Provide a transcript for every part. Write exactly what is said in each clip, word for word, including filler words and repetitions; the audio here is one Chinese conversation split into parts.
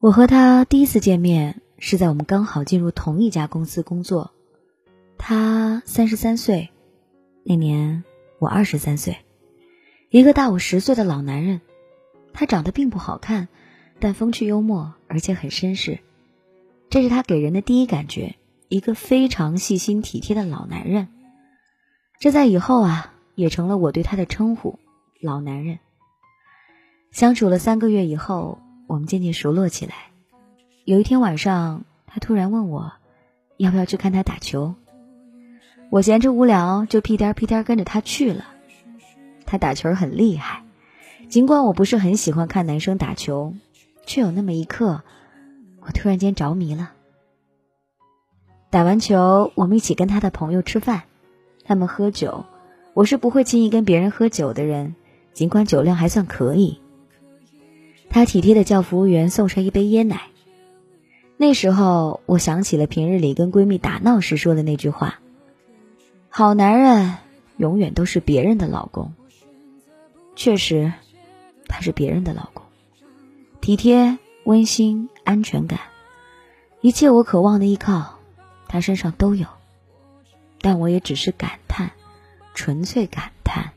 我和他第一次见面是在我们刚好进入同一家公司工作，他三十三岁，那年我二十三岁，一个大我十岁的老男人。他长得并不好看，但风趣幽默，而且很绅士，这是他给人的第一感觉，一个非常细心体贴的老男人。这在以后啊也成了我对他的称呼，老男人。相处了三个月以后，我们渐渐熟络起来。有一天晚上，他突然问我要不要去看他打球。我闲着无聊，就屁颠屁颠跟着他去了。他打球很厉害，尽管我不是很喜欢看男生打球，却有那么一刻，我突然间着迷了。打完球，我们一起跟他的朋友吃饭，他们喝酒，我是不会轻易跟别人喝酒的人，尽管酒量还算可以。他体贴地叫服务员送上一杯椰奶。那时候我想起了平日里跟闺蜜打闹时说的那句话，好男人永远都是别人的老公。确实，他是别人的老公，体贴、温馨、安全感，一切我渴望的依靠，他身上都有。但我也只是感叹，纯粹感叹。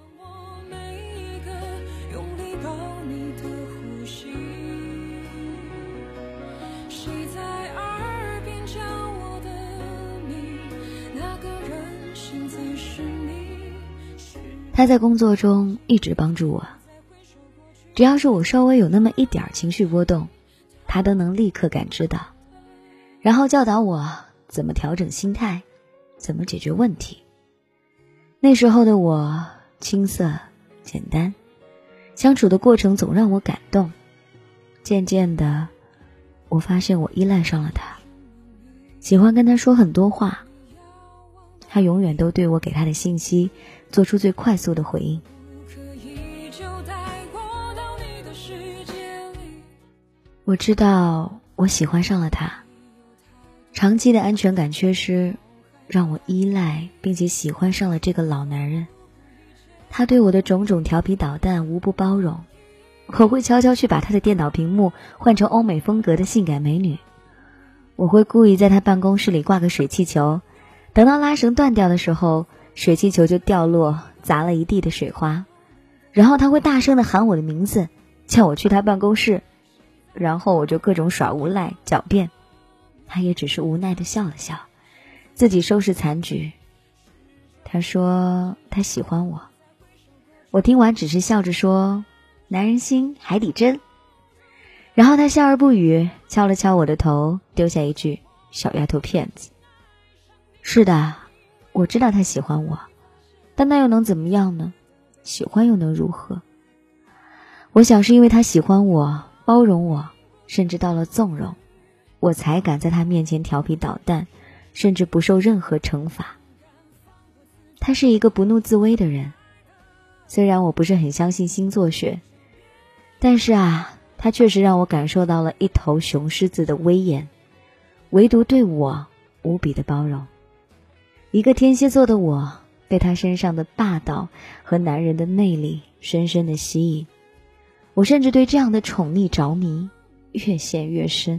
他在工作中一直帮助我，只要是我稍微有那么一点情绪波动，他都能立刻感知到，然后教导我怎么调整心态，怎么解决问题。那时候的我青涩简单，相处的过程总让我感动。渐渐的，我发现我依赖上了他，喜欢跟他说很多话，他永远都对我给他的信息做出最快速的回应。我知道我喜欢上了他，长期的安全感缺失让我依赖并且喜欢上了这个老男人。他对我的种种调皮捣蛋无不包容，我会悄悄去把他的电脑屏幕换成欧美风格的性感美女，我会故意在他办公室里挂个水气球，等到拉绳断掉的时候，水气球就掉落，砸了一地的水花，然后他会大声地喊我的名字，叫我去他办公室，然后我就各种耍无赖狡辩，他也只是无奈地笑了笑，自己收拾残局。他说他喜欢我，我听完只是笑着说，男人心海底针。然后他笑而不语，敲了敲我的头，丢下一句，小丫头片子。是的，我知道他喜欢我，但那又能怎么样呢？喜欢又能如何？我想是因为他喜欢我，包容我，甚至到了纵容，我才敢在他面前调皮捣蛋，甚至不受任何惩罚。他是一个不怒自威的人，虽然我不是很相信星座学，但是啊，他确实让我感受到了一头雄狮子的威严，唯独对我无比的包容。一个天蝎座的我，被他身上的霸道和男人的魅力深深的吸引，我甚至对这样的宠溺着迷，越陷越深。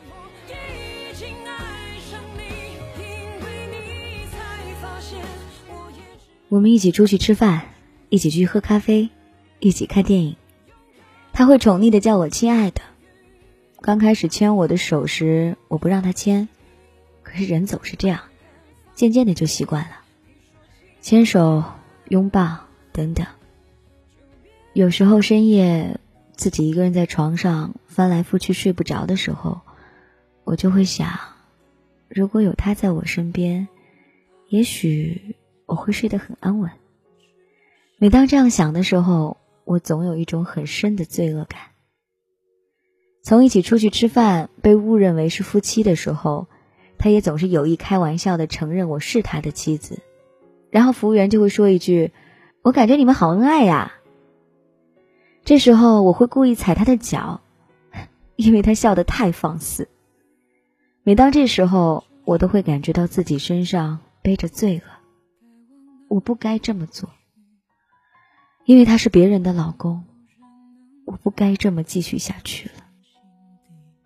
我们一起出去吃饭，一起去喝咖啡，一起看电影。他会宠溺地叫我亲爱的。刚开始牵我的手时，我不让他牵，可是人总是这样，渐渐的就习惯了。牵手、拥抱等等。有时候深夜自己一个人在床上翻来覆去睡不着的时候，我就会想，如果有他在我身边，也许我会睡得很安稳。每当这样想的时候，我总有一种很深的罪恶感。从一起出去吃饭被误认为是夫妻的时候，他也总是有意开玩笑地承认我是他的妻子，然后服务员就会说一句，我感觉你们好恩爱呀。这时候我会故意踩他的脚，因为他笑得太放肆。每当这时候，我都会感觉到自己身上背着罪恶，我不该这么做，因为他是别人的老公，我不该这么继续下去了。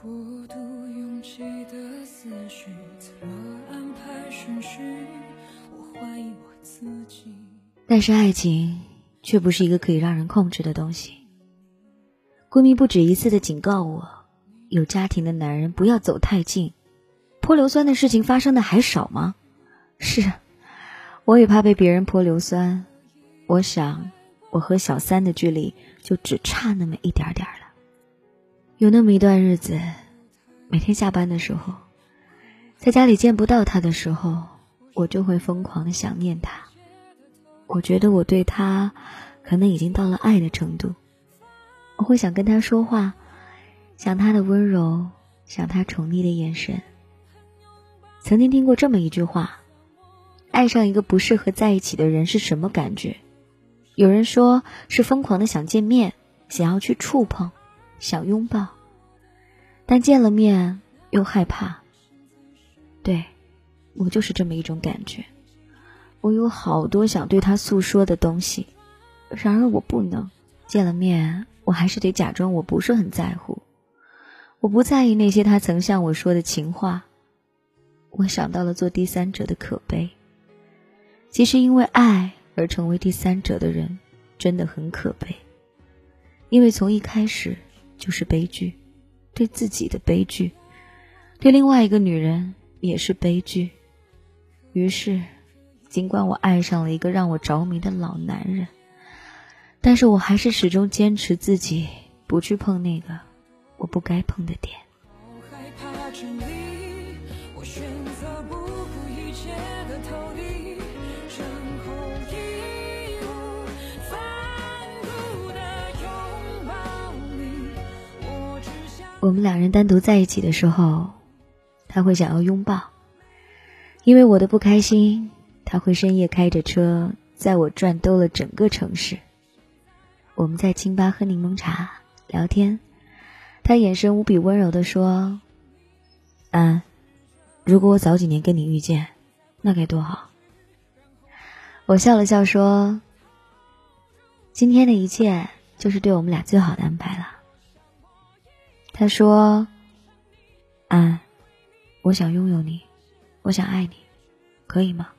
过度拥挤的思绪，怎么安排顺序？我怀疑我自己。 但是爱情却不是一个可以让人控制的东西。闺蜜不止一次的警告我，有家庭的男人不要走太近。泼硫酸的事情发生的还少吗？是，我也怕被别人泼硫酸。我想我和小三的距离就只差那么一点点了。有那么一段日子，每天下班的时候，在家里见不到他的时候，我就会疯狂的想念他。我觉得我对他可能已经到了爱的程度，我会想跟他说话，想他的温柔，想他宠溺的眼神。曾经听过这么一句话，爱上一个不适合在一起的人是什么感觉？有人说是疯狂的想见面，想要去触碰，想拥抱，但见了面又害怕。对，我就是这么一种感觉。我有好多想对他诉说的东西，然而我不能。见了面，我还是得假装我不是很在乎。我不在意那些他曾向我说的情话。我想到了做第三者的可悲。其实因为爱而成为第三者的人真的很可悲，因为从一开始就是悲剧，对自己的悲剧，对另外一个女人也是悲剧。于是尽管我爱上了一个让我着迷的老男人，但是我还是始终坚持自己不去碰那个我不该碰的点。 害怕真理，我选择不顾一切的逃离，身后义无反顾的拥抱你。我只想我们两人单独在一起的时候，他会想要拥抱，因为我的不开心，他会深夜开着车载我转兜了整个城市。我们在清吧喝柠檬茶聊天，他眼神无比温柔地说，安，如果我早几年跟你遇见，那该多好。我笑了笑说，今天的一切就是对我们俩最好的安排了。他说，安，我想拥有你，我想爱你，可以吗？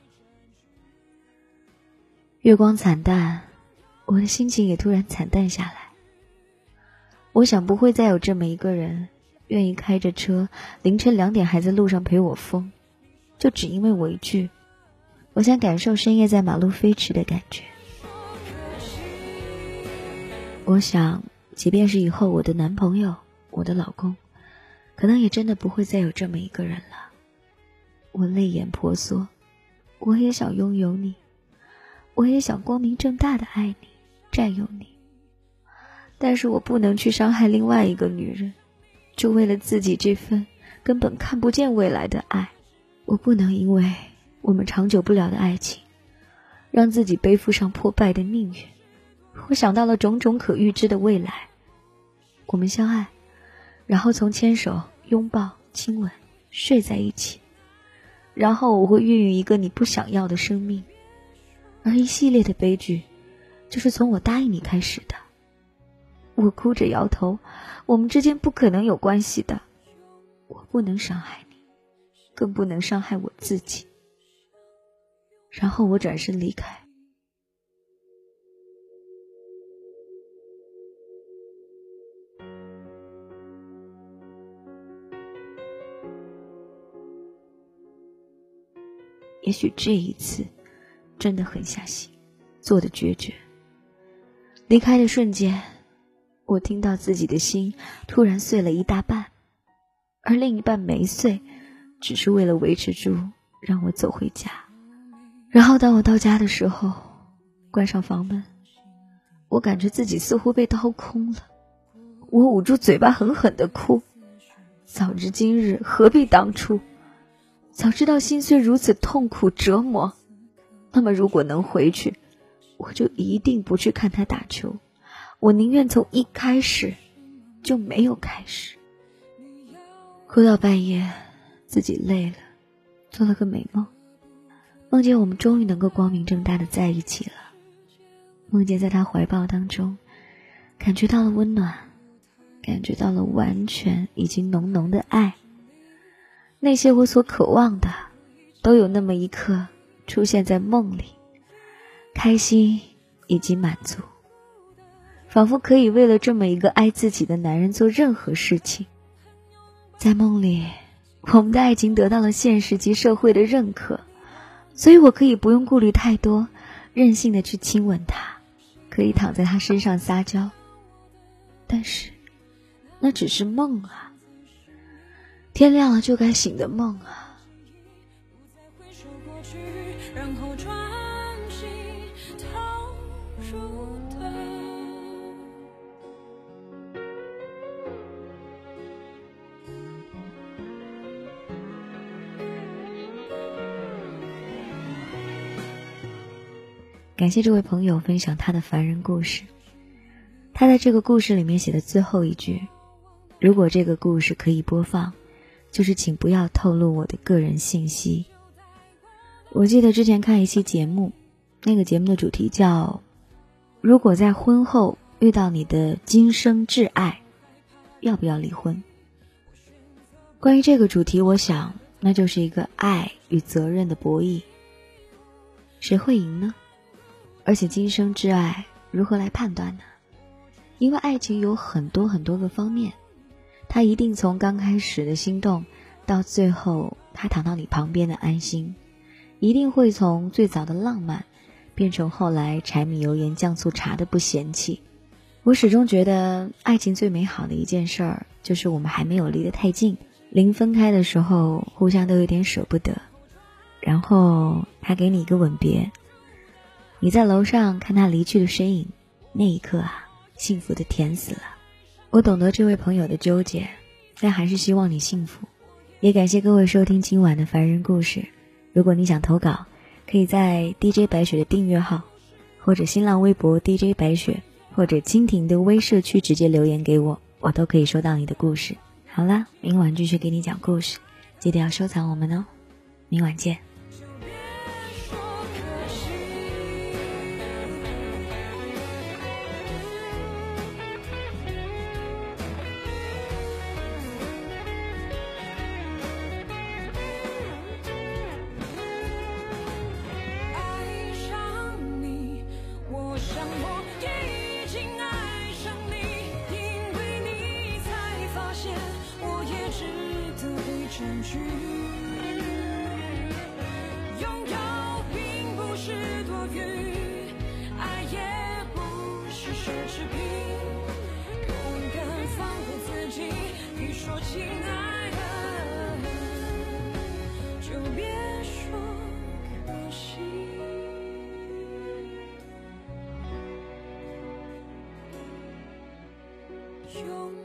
月光惨淡，我的心情也突然惨淡下来。我想不会再有这么一个人愿意开着车，凌晨两点还在路上陪我疯，就只因为我一句，我想感受深夜在马路飞驰的感觉。我想即便是以后我的男朋友，我的老公，可能也真的不会再有这么一个人了。我泪眼婆娑，我也想拥有你，我也想光明正大的爱你，占有你，但是我不能去伤害另外一个女人，就为了自己这份根本看不见未来的爱。我不能因为我们长久不了的爱情，让自己背负上破败的命运。我想到了种种可预知的未来，我们相爱，然后从牵手、拥抱、亲吻睡在一起，然后我会孕育一个你不想要的生命，而一系列的悲剧就是从我答应你开始的。我哭着摇头，我们之间不可能有关系的，我不能伤害你，更不能伤害我自己。然后我转身离开。也许这一次真的狠下心，做的决绝。离开的瞬间，我听到自己的心突然碎了一大半，而另一半没碎，只是为了维持住让我走回家。然后当我到家的时候，关上房门，我感觉自己似乎被掏空了。我捂住嘴巴狠狠地哭，早知今日何必当初，早知道心虽如此痛苦折磨，那么如果能回去，我就一定不去看他打球，我宁愿从一开始就没有开始。哭到半夜，自己累了，做了个美梦，梦见我们终于能够光明正大的在一起了，梦见在他怀抱当中感觉到了温暖， 感觉到了完全以及浓浓的爱。那些我所渴望的，都有那么一刻出现在梦里，开心以及满足，仿佛可以为了这么一个爱自己的男人做任何事情。在梦里，我们的爱情得到了现实及社会的认可，所以我可以不用顾虑太多，任性的去亲吻他，可以躺在他身上撒娇。但是那只是梦啊，天亮了就该醒的梦啊。 回首过去，然后专心投入的感谢这位朋友分享他的凡人故事。他在这个故事里面写的最后一句，如果这个故事可以播放，就是请不要透露我的个人信息。我记得之前看一期节目，那个节目的主题叫如果在婚后遇到你的今生挚爱，要不要离婚？关于这个主题，我想那就是一个爱与责任的博弈，谁会赢呢？而且今生挚爱如何来判断呢？因为爱情有很多很多个方面，它一定从刚开始的心动到最后他躺到你旁边的安心，一定会从最早的浪漫变成后来柴米油盐酱醋茶的不嫌弃。我始终觉得爱情最美好的一件事儿，就是我们还没有离得太近，临分开的时候互相都有点舍不得，然后他给你一个吻别，你在楼上看他离去的身影，那一刻啊，幸福的甜死了。我懂得这位朋友的纠结，但还是希望你幸福。也感谢各位收听今晚的凡人故事。如果你想投稿，可以在 D J 白雪的订阅号，或者新浪微博 D J 白雪，或者蜻蜓的微社区直接留言给我，我都可以收到你的故事。好啦，明晚继续给你讲故事，记得要收藏我们哦。明晚见。 占据，拥有并不是多余，爱也不是奢侈品，勇敢放过自己，别说亲爱的，就别说可惜。拥